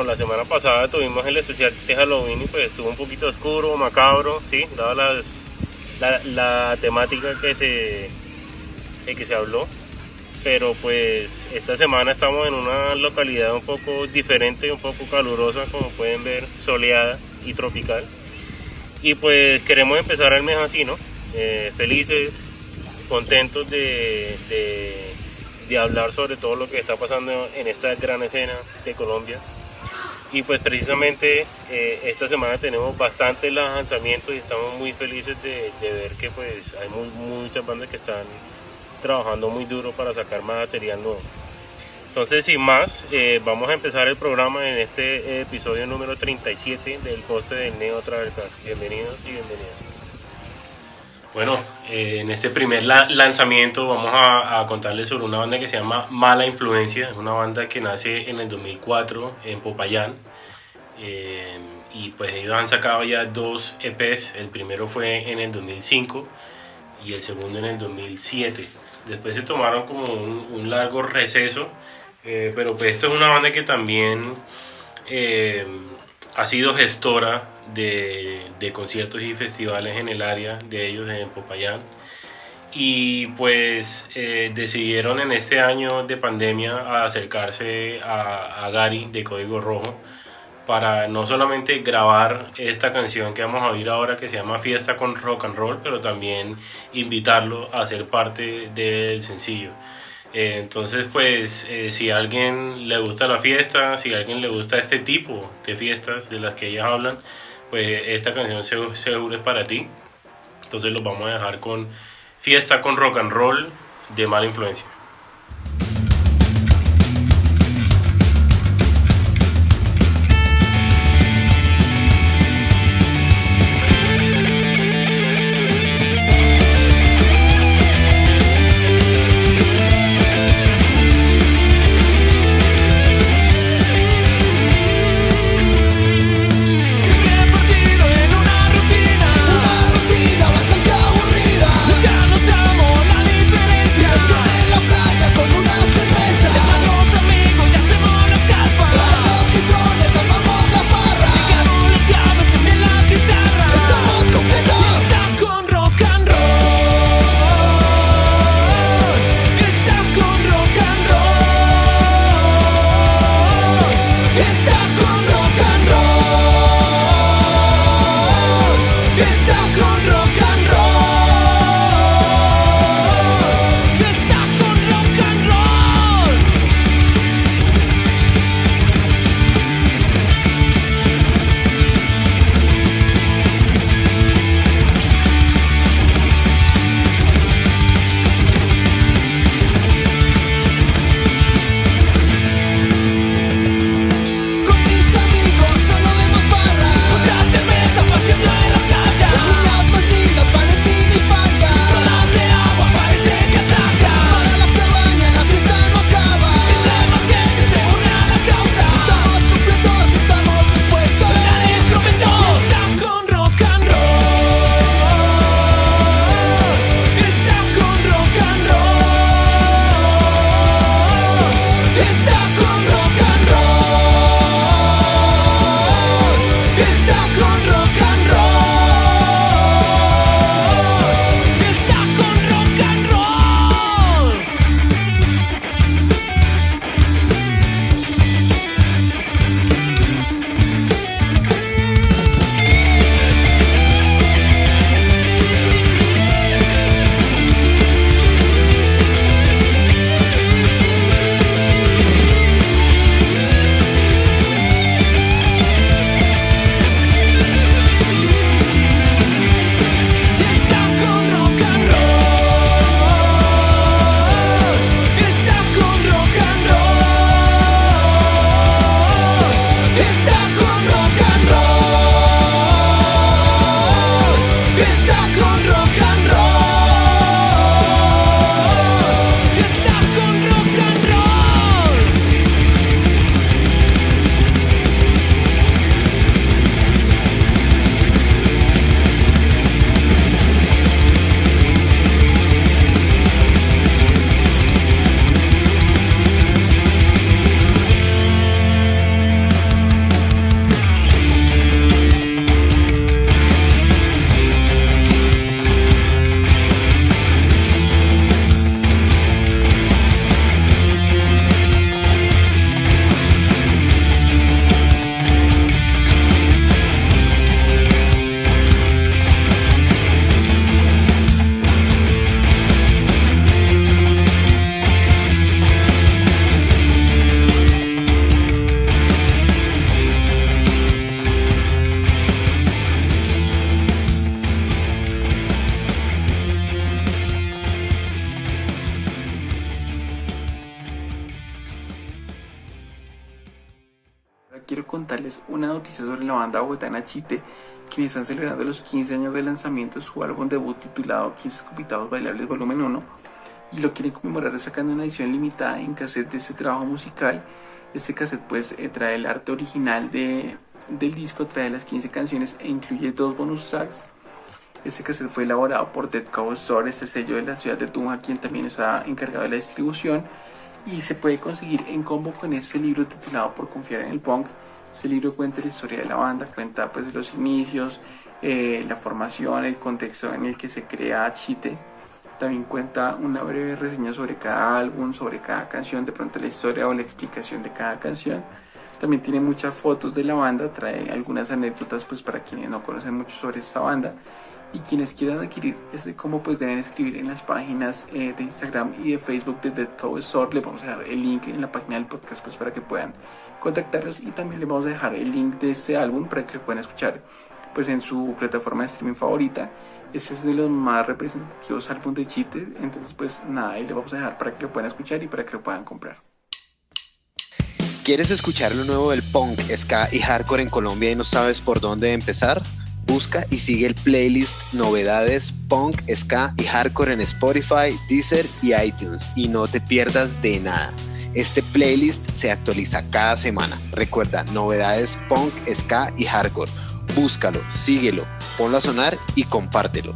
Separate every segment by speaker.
Speaker 1: la semana pasada tuvimos el especial de Halloween y pues estuvo un poquito oscuro, macabro, ¿sí? Dada la temática que se habló. Pero pues esta semana estamos en una localidad un poco diferente, un poco calurosa, como pueden ver, soleada y tropical. Y pues queremos empezar el mes así, ¿no? Felices, contentos de hablar sobre todo lo que está pasando en esta gran escena de Colombia. Y pues precisamente esta semana tenemos bastantes lanzamientos y estamos muy felices de ver que pues hay muchas bandas que están trabajando muy duro para sacar más material nuevo. Entonces, sin más, vamos a empezar el programa en este episodio número 37 del Poste del Neo Travelcast. Bienvenidos y bienvenidas. Bueno, en este primer lanzamiento vamos a contarles sobre una banda que se llama Mala Influencia. Es una banda que nace en el 2004 en Popayán. Y pues ellos han sacado ya 2 EPs. El primero fue en el 2005 y el segundo en el 2007. Después se tomaron como un largo receso, pero pues esto es una banda que también ha sido gestora de conciertos y festivales en el área de ellos en Popayán. Y pues decidieron en este año de pandemia a acercarse a Gary de Código Rojo para no solamente grabar esta canción que vamos a oír ahora, que se llama Fiesta con Rock and Roll, pero también invitarlo a ser parte del sencillo. Entonces pues si a alguien le gusta la fiesta, si a alguien le gusta este tipo de fiestas de las que ellas hablan, pues esta canción seguro es para ti. Entonces los vamos a dejar con Fiesta con Rock and Roll de Mala Influencia.
Speaker 2: Una rutina bastante aburrida. Nunca notamos la diferencia. darles una noticia sobre la banda bogotana Chite, quienes están celebrando los 15 años de lanzamiento de su álbum debut titulado 15 Escupitados Bailables Volumen 1, y lo quieren conmemorar sacando una edición limitada en cassette de este trabajo musical. Este cassette pues trae el arte original del disco, trae las 15 canciones e incluye 2 bonus tracks. Este cassette fue elaborado por Dead Cow Store, este sello de la ciudad de Tunja, quien también está encargado de la distribución, y se puede conseguir en combo con este libro titulado Por Confiar en el Punk. Este libro cuenta la historia de la banda, cuenta pues los inicios, la formación, el contexto en el que se crea Chite. También cuenta una breve reseña sobre cada álbum, sobre cada canción, de pronto la historia o la explicación de cada canción. También tiene muchas fotos de la banda, trae algunas anécdotas pues para quienes no conocen mucho sobre esta banda. Y quienes quieran adquirir este combo pues deben escribir en las páginas de Instagram y de Facebook de Dead Cow Store. Les vamos a dejar el link en la página del podcast pues para que puedan contactarlos, y también les vamos a dejar el link de este álbum para que lo puedan escuchar pues en su plataforma de streaming favorita. Este es de los más representativos álbumes de Chite, entonces pues nada, ahí les vamos a dejar para que lo puedan escuchar y para que lo puedan comprar.
Speaker 3: ¿Quieres escuchar lo nuevo del punk, ska y hardcore en Colombia y no sabes por dónde empezar? Busca y sigue el playlist Novedades Punk, Ska y Hardcore en Spotify, Deezer y iTunes, y no te pierdas de nada. Este playlist se actualiza cada semana. Recuerda, Novedades Punk, Ska y Hardcore. Búscalo, síguelo, ponlo a sonar y compártelo.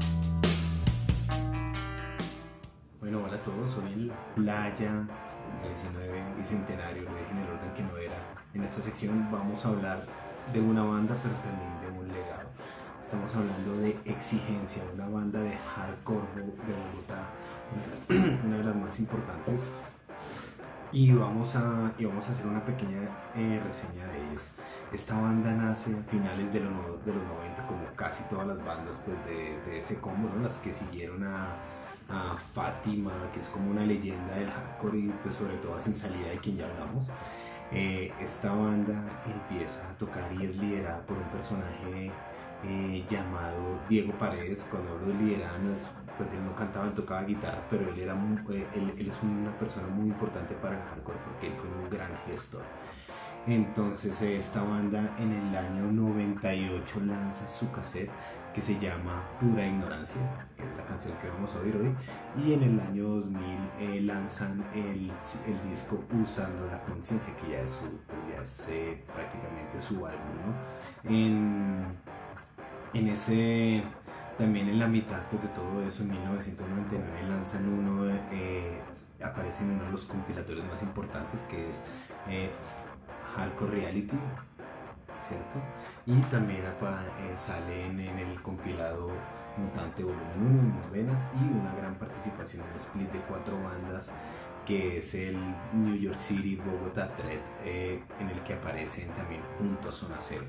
Speaker 4: Bueno, hola a todos, soy en la playa, el 19 Bicentenario, lo dije en el orden que no era. En esta sección vamos a hablar de una banda, pero también de un legado. Estamos hablando de Exigencia, una banda de hardcore de Bogotá, una de las más importantes, y vamos a hacer una pequeña reseña de ellos. Esta banda nace a finales de los 90, como casi todas las bandas pues, de ese combo, ¿no? Las que siguieron a Fátima, que es como una leyenda del hardcore, y pues sobre todo a Sin Salida, de quien ya hablamos. Esta banda empieza a tocar y es liderada por un personaje llamado Diego Paredes. Cuando hablo de liderazgo, pues él no cantaba, él tocaba guitarra, pero él es una persona muy importante para el hardcore porque él fue un gran gestor. Entonces esta banda en el año 98 lanza su cassette que se llama Pura Ignorancia, que es la canción que vamos a oír hoy, y en el año 2000 lanzan el disco Usando la Conciencia, que ya es, prácticamente su álbum, ¿no? En ese, también en la mitad pues, de todo eso, en 1999 lanzan aparece en uno de los compilatorios más importantes, que es Hardcore Reality, ¿cierto? Y también salen en el compilado Mutante Volumen 1, en Venas, y una gran participación en un split de 4 bandas, que es el New York City Bogotá Thread, en el que aparecen también junto a Zona Cero.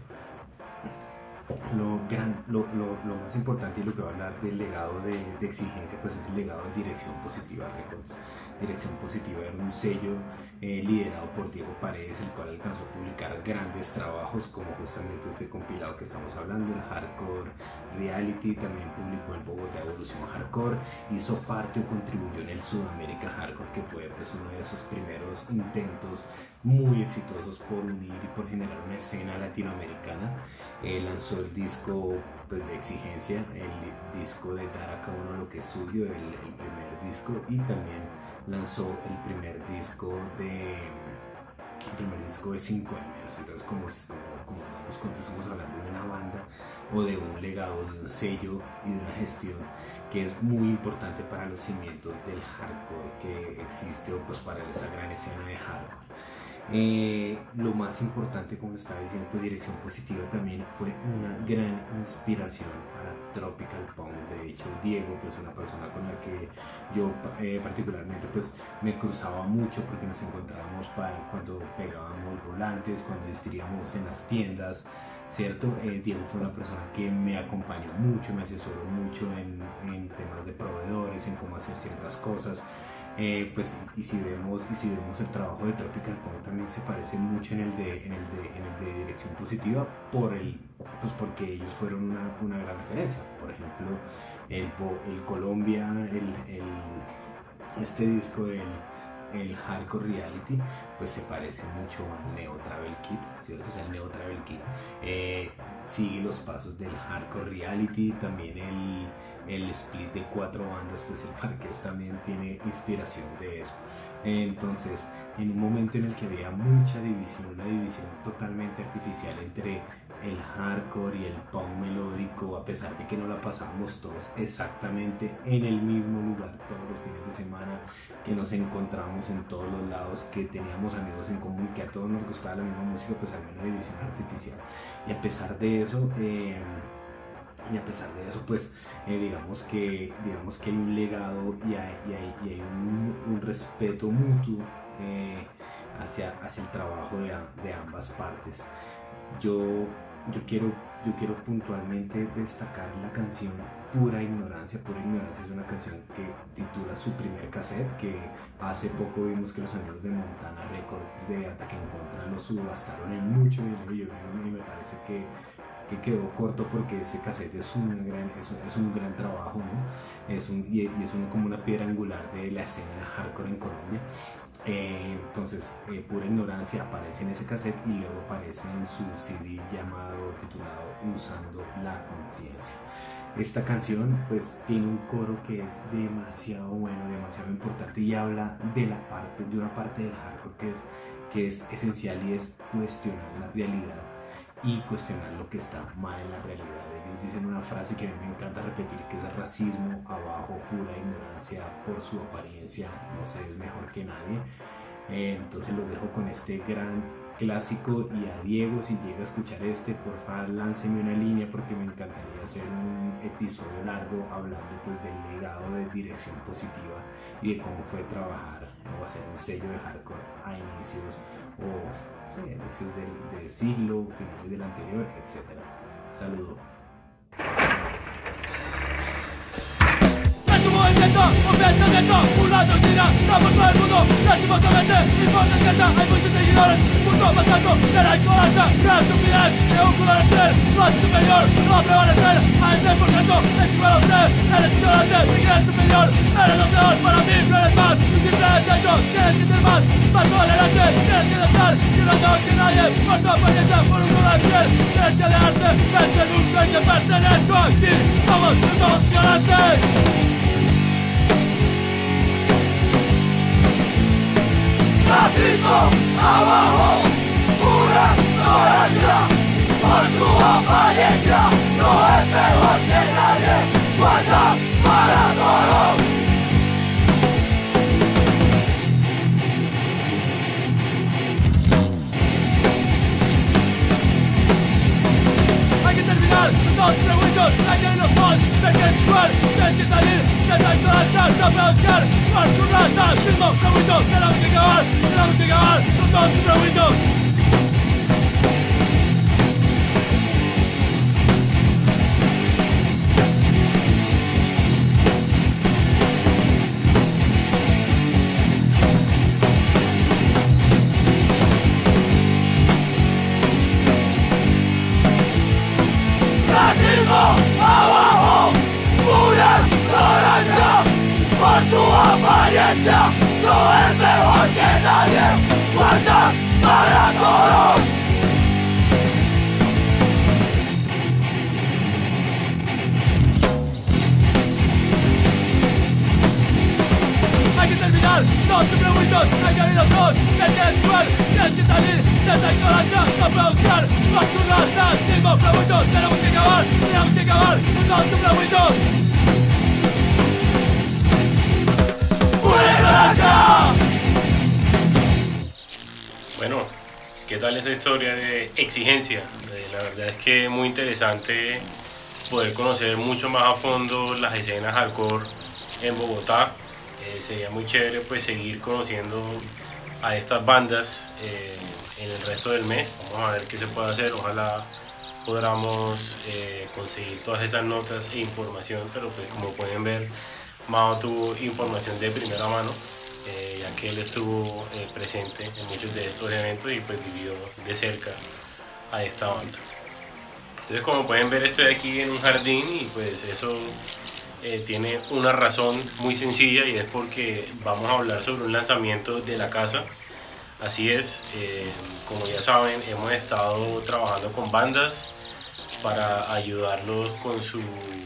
Speaker 4: Lo más importante y lo que va a hablar del legado de Exigencia pues es el legado de Dirección Positiva Records. Dirección Positiva era un sello liderado por Diego Paredes, el cual alcanzó a publicar grandes trabajos como justamente este compilado que estamos hablando, el Hardcore Reality. También publicó el Bogotá Evolución Hardcore, hizo parte o contribuyó en el Sudamérica Hardcore, que fue pues uno de esos primeros intentos muy exitosos por unir y por generar una escena latinoamericana. Lanzó el disco pues, de Exigencia, el disco de Dar a cada uno lo que es suyo, el primer disco, y también lanzó el primer disco de 5 años. Entonces como damos cuenta, estamos hablando de una banda o de un legado, de un sello y de una gestión que es muy importante para los cimientos del hardcore que existe, o pues para esa gran escena de hardcore. Lo más importante, como estaba diciendo, pues Dirección Positiva también fue una gran inspiración para Tropical Punk. De hecho, Diego, pues una persona con la que yo particularmente pues me cruzaba mucho, porque nos encontrábamos cuando pegábamos volantes, cuando distribuíamos en las tiendas, ¿cierto? Diego fue una persona que me acompañó mucho, me asesoró mucho en temas de proveedores, en cómo hacer ciertas cosas. Pues y si vemos el trabajo de Tropical Punk, también se parece mucho en el de Dirección Positiva, porque ellos fueron una gran referencia. Por ejemplo, el Colombia, este disco, el Hardcore Reality, pues se parece mucho al Neo Travel Kit, ¿cierto? O sea, el Neo Travel Kit sigue los pasos del Hardcore Reality, también el split de 4 bandas, pues el Marqués también tiene inspiración de eso. Entonces, en un momento en el que había mucha división, una división totalmente artificial entre el hardcore y el punk melódico, a pesar de que no la pasábamos todos exactamente en el mismo lugar todos los fines de semana, que nos encontramos en todos los lados, que teníamos amigos en común, que a todos nos gustaba la misma música, pues había una división artificial. Y a pesar de eso, pues digamos que hay un legado y hay un respeto mutuo hacia el trabajo de ambas partes. Yo quiero puntualmente destacar la canción Pura Ignorancia. Pura Ignorancia es una canción que titula su primer cassette, que hace poco vimos que los amigos de Montana Records de Ataque en Contra lo subastaron en mucho dinero, y me parece que quedó corto, porque ese cassette es un gran trabajo, ¿no? Es como una piedra angular de la escena hardcore en Colombia. Entonces, Pura Ignorancia aparece en ese cassette y luego aparece en su CD titulado Usando la Conciencia. Esta canción pues tiene un coro que es demasiado bueno, demasiado importante, y habla de una parte del hardcore que es esencial, y es cuestionar la realidad y cuestionar lo que está mal en la realidad. Ellos dicen una frase que a mí me encanta repetir, que es: racismo abajo, pura ignorancia, por su apariencia no se es mejor que nadie. Entonces los dejo con este gran clásico, y a Diego, si llega a escuchar por favor lánceme una línea, porque me encantaría hacer un episodio largo hablando pues del legado de Dirección Positiva y de cómo fue trabajar o hacer un sello de hardcore a inicios del siglo, finales del anterior, etc. Saludos.
Speaker 5: Un pensamiento, una doctrina, no por todo el mundo, lastimosamente, hipócrita, hay muchos seguidores, mucho más alto de la ignorancia, de la estupidez, de un color de piel, más superior, no va a prevalecer al 100%, es igual a usted, eres ignorante, si quieres superior, eres lo peor, para mí no eres más, un simple desecho, quieres sentir más tolerante, quieres que estar, y no mejor que nadie, por tu apariencia, por un color de piel, quieres que alejarte, vente nunca y que pertenezco aquí, somos ignorantes. Racismo abajo, pura ignorancia, por su apariencia, no es mejor que nadie, guarda para todos. Hay que terminar con todos los prejuicios, hay que ir los dos, hay que actuar, hay que salir de esta ignorancia, no puedo buscar por su raza, mismo prejuicios, tenemos que acabar con todos sus prejuicios. Racismo abajo, pura ignorancia, por su apariencia, no es mejor que nadie, guarda para todos. Hay que terminar todos sus prejuicios, hay que ir los dos, hay que actuar, hay que salir de esta ignorancia, no puedo buscar por su raza, mismo prejuicios, tenemos que acabar con todos sus prejuicios.
Speaker 1: Bueno, ¿qué tal esa historia de Exigencia? La verdad es que es muy interesante poder conocer mucho más a fondo las escenas hardcore en Bogotá. Sería muy chévere pues seguir conociendo a estas bandas en el resto del mes. Vamos a ver qué se puede hacer. Ojalá podamos conseguir todas esas notas e información, pero pues como pueden ver, Mao tuvo información de primera mano, ya que él estuvo presente en muchos de estos eventos y pues vivió de cerca a esta banda. Entonces, como pueden ver, estoy aquí en un jardín y pues eso tiene una razón muy sencilla, y es porque vamos a hablar sobre un lanzamiento de la casa. Así es, como ya saben, hemos estado trabajando con bandas para ayudarlos con su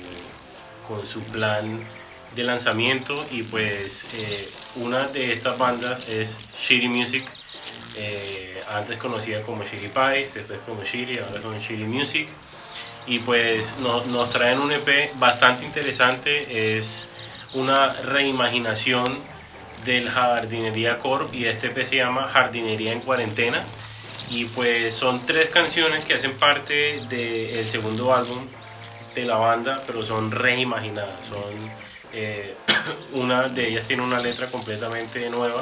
Speaker 1: plan de lanzamiento, y pues una de estas bandas es Shitty Music, antes conocida como Shitty Pies, después como Shitty, ahora son Shitty Music, y pues nos traen un EP bastante interesante. Es una reimaginación del Jardinería Corp, y este EP se llama Jardinería en Cuarentena, y pues son 3 canciones que hacen parte del segundo álbum de la banda, pero son reimaginadas. Una de ellas tiene una letra completamente nueva,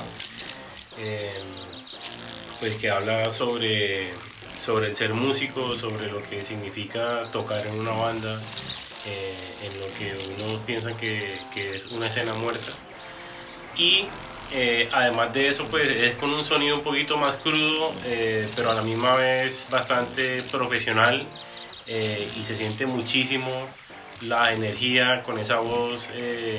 Speaker 1: pues que habla sobre el ser músico, sobre lo que significa tocar en una banda, en lo que uno piensa que es una escena muerta. Y además de eso, pues es con un sonido un poquito más crudo, pero a la misma vez bastante profesional, y se siente muchísimo la energía con esa voz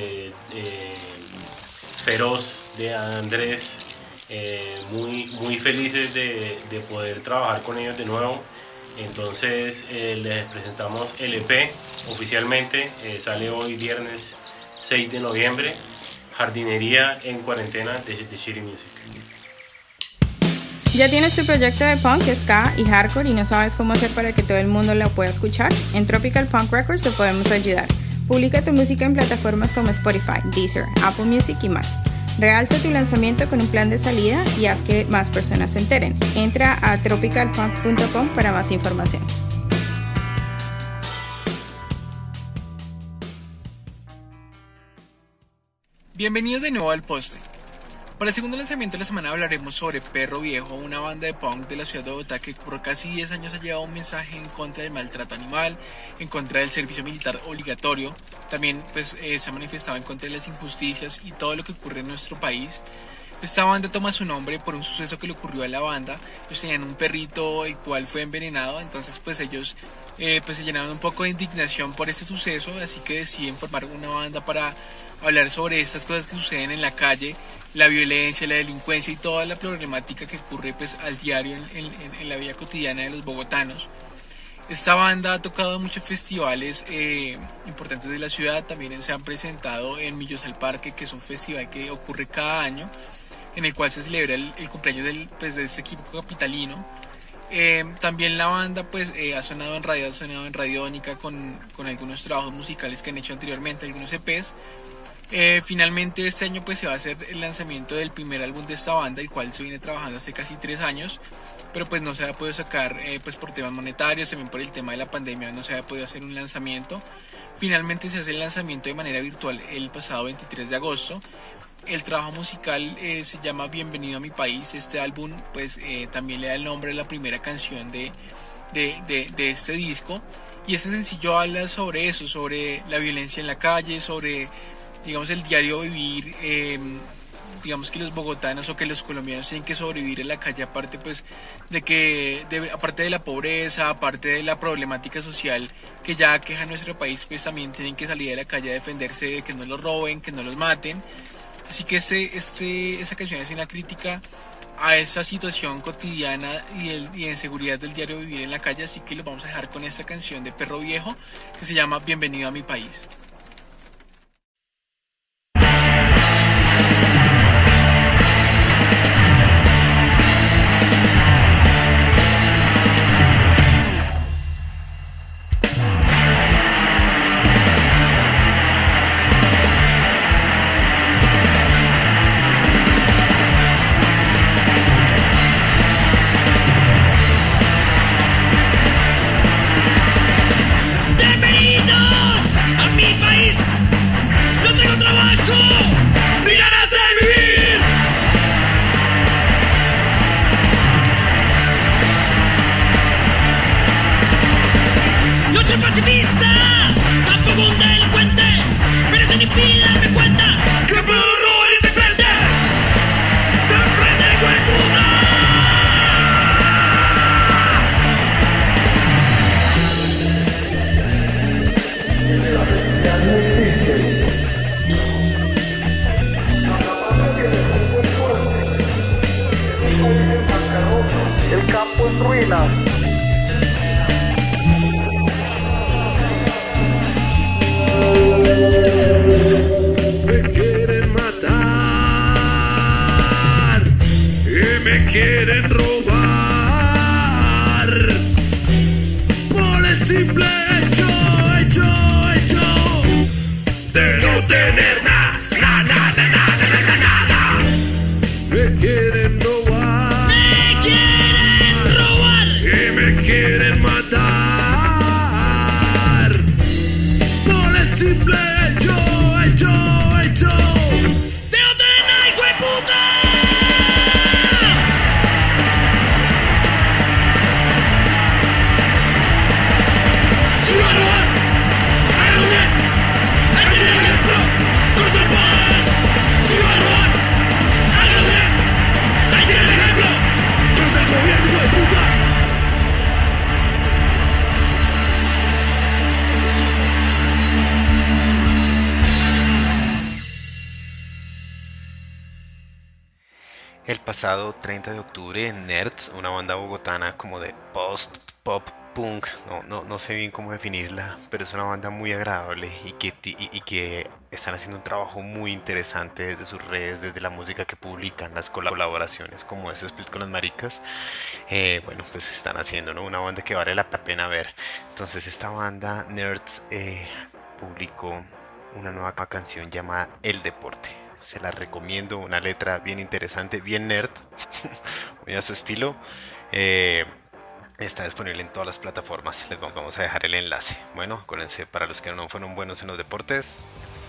Speaker 1: feroz de Andrés. Muy felices de poder trabajar con ellos de nuevo. Entonces les presentamos el EP oficialmente, sale hoy viernes 6 de noviembre, Jardinería en Cuarentena de Shitty Music.
Speaker 6: ¿Ya tienes tu proyecto de punk, ska y hardcore y no sabes cómo hacer para que todo el mundo lo pueda escuchar? En Tropical Punk Records te podemos ayudar. Publica tu música en plataformas como Spotify, Deezer, Apple Music y más. Realza tu lanzamiento con un plan de salida y haz que más personas se enteren. Entra a tropicalpunk.com para más información.
Speaker 2: Bienvenidos de nuevo al Poste. Para el segundo lanzamiento de la semana hablaremos sobre Perro Viejo, una banda de punk de la ciudad de Bogotá que por casi 10 años ha llevado un mensaje en contra del maltrato animal, en contra del servicio militar obligatorio. También se ha manifestado en contra de las injusticias y todo lo que ocurre en nuestro país. Esta banda toma su nombre por un suceso que le ocurrió a la banda. Ellos tenían un perrito el cual fue envenenado, entonces ellos se llenaron un poco de indignación por este suceso, así que deciden formar una banda para hablar sobre estas cosas que suceden en la calle, la violencia, la delincuencia y toda la problemática que ocurre al diario en la vida cotidiana de los bogotanos. Esta banda ha tocado en muchos festivales importantes de la ciudad. También se han presentado en Millos al Parque, que es un festival que ocurre cada año, en el cual se celebra el cumpleaños de este equipo capitalino. También la banda ha sonado en radio, Radiónica con algunos trabajos musicales que han hecho anteriormente, algunos EPs. Finalmente este año se va a hacer el lanzamiento del primer álbum de esta banda, el cual se viene trabajando hace casi 3 años, pero no se ha podido sacar por temas monetarios, también por el tema de la pandemia no se ha podido hacer un lanzamiento. Finalmente se hace el lanzamiento de manera virtual el pasado 23 de agosto. El trabajo musical se llama Bienvenido a mi país. Este álbum también le da el nombre a la primera canción de este disco, y este sencillo habla sobre eso, sobre la violencia en la calle, sobre el diario vivir, que los bogotanos o que los colombianos tienen que sobrevivir en la calle, aparte aparte de la pobreza, aparte de la problemática social que ya aqueja a nuestro país, también tienen que salir de la calle a defenderse de que no los roben, que no los maten. Así que esta canción es una crítica a esa situación cotidiana y de inseguridad del diario vivir en la calle, así que lo vamos a dejar con esta canción de Perro Viejo que se llama Bienvenido a mi país.
Speaker 5: Bienvenidos a mi quieren robar por el simple hecho de no tener nada. Me quieren robar y me quieren matar por el simple hecho de no tener nada, hijo de puta. Si va a robar, hágalo bien. Hay que tener ejemplo contra el poder. Si va a robar, hágalo bien. Hay que tener ejemplo contra el gobierno, hijo de puta.
Speaker 3: El pasado 30 de octubre, Nerds, una banda bogotana como de post-pop punk, no sé bien cómo definirla, pero es una banda muy agradable y que están haciendo un trabajo muy interesante desde sus redes, desde la música que publican, las colaboraciones como ese Split con las Maricas. Bueno, pues están haciendo, ¿no?, una banda que vale la pena ver. Entonces esta banda, Nerds, publicó una nueva canción llamada El Deporte. Se la recomiendo, una letra bien interesante, bien nerd, muy a su estilo. Está disponible en todas las plataformas, les vamos a dejar el enlace. Bueno, acuérdense, para los que no fueron buenos en los deportes.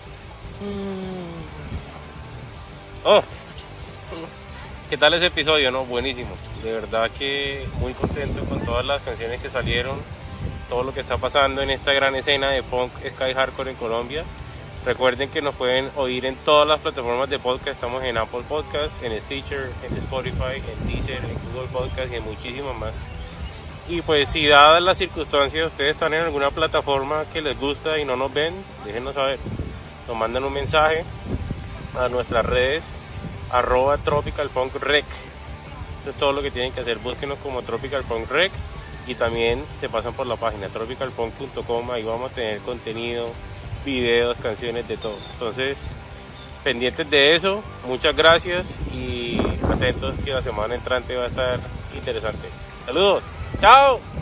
Speaker 1: Oh, ¿qué tal ese episodio, no? Buenísimo, de verdad que muy contento con todas las canciones que salieron, todo lo que está pasando en esta gran escena de punk, ska y hardcore en Colombia. Recuerden que nos pueden oír en todas las plataformas de podcast. Estamos en Apple Podcasts, en Stitcher, en Spotify, en Deezer, en Google Podcasts y en muchísimas más. Y pues si dadas las circunstancias ustedes están en alguna plataforma que les gusta y no nos ven, déjenos saber. Nos mandan un mensaje a nuestras redes @tropicalpunkrec. Eso es todo lo que tienen que hacer. Búsquenos como Tropical Punk Rec y también se pasan por la página tropicalpunk.com. Ahí vamos a tener contenido, videos, canciones, de todo. Entonces, pendientes de eso, muchas gracias y atentos que la semana entrante va a estar interesante. Saludos, chao.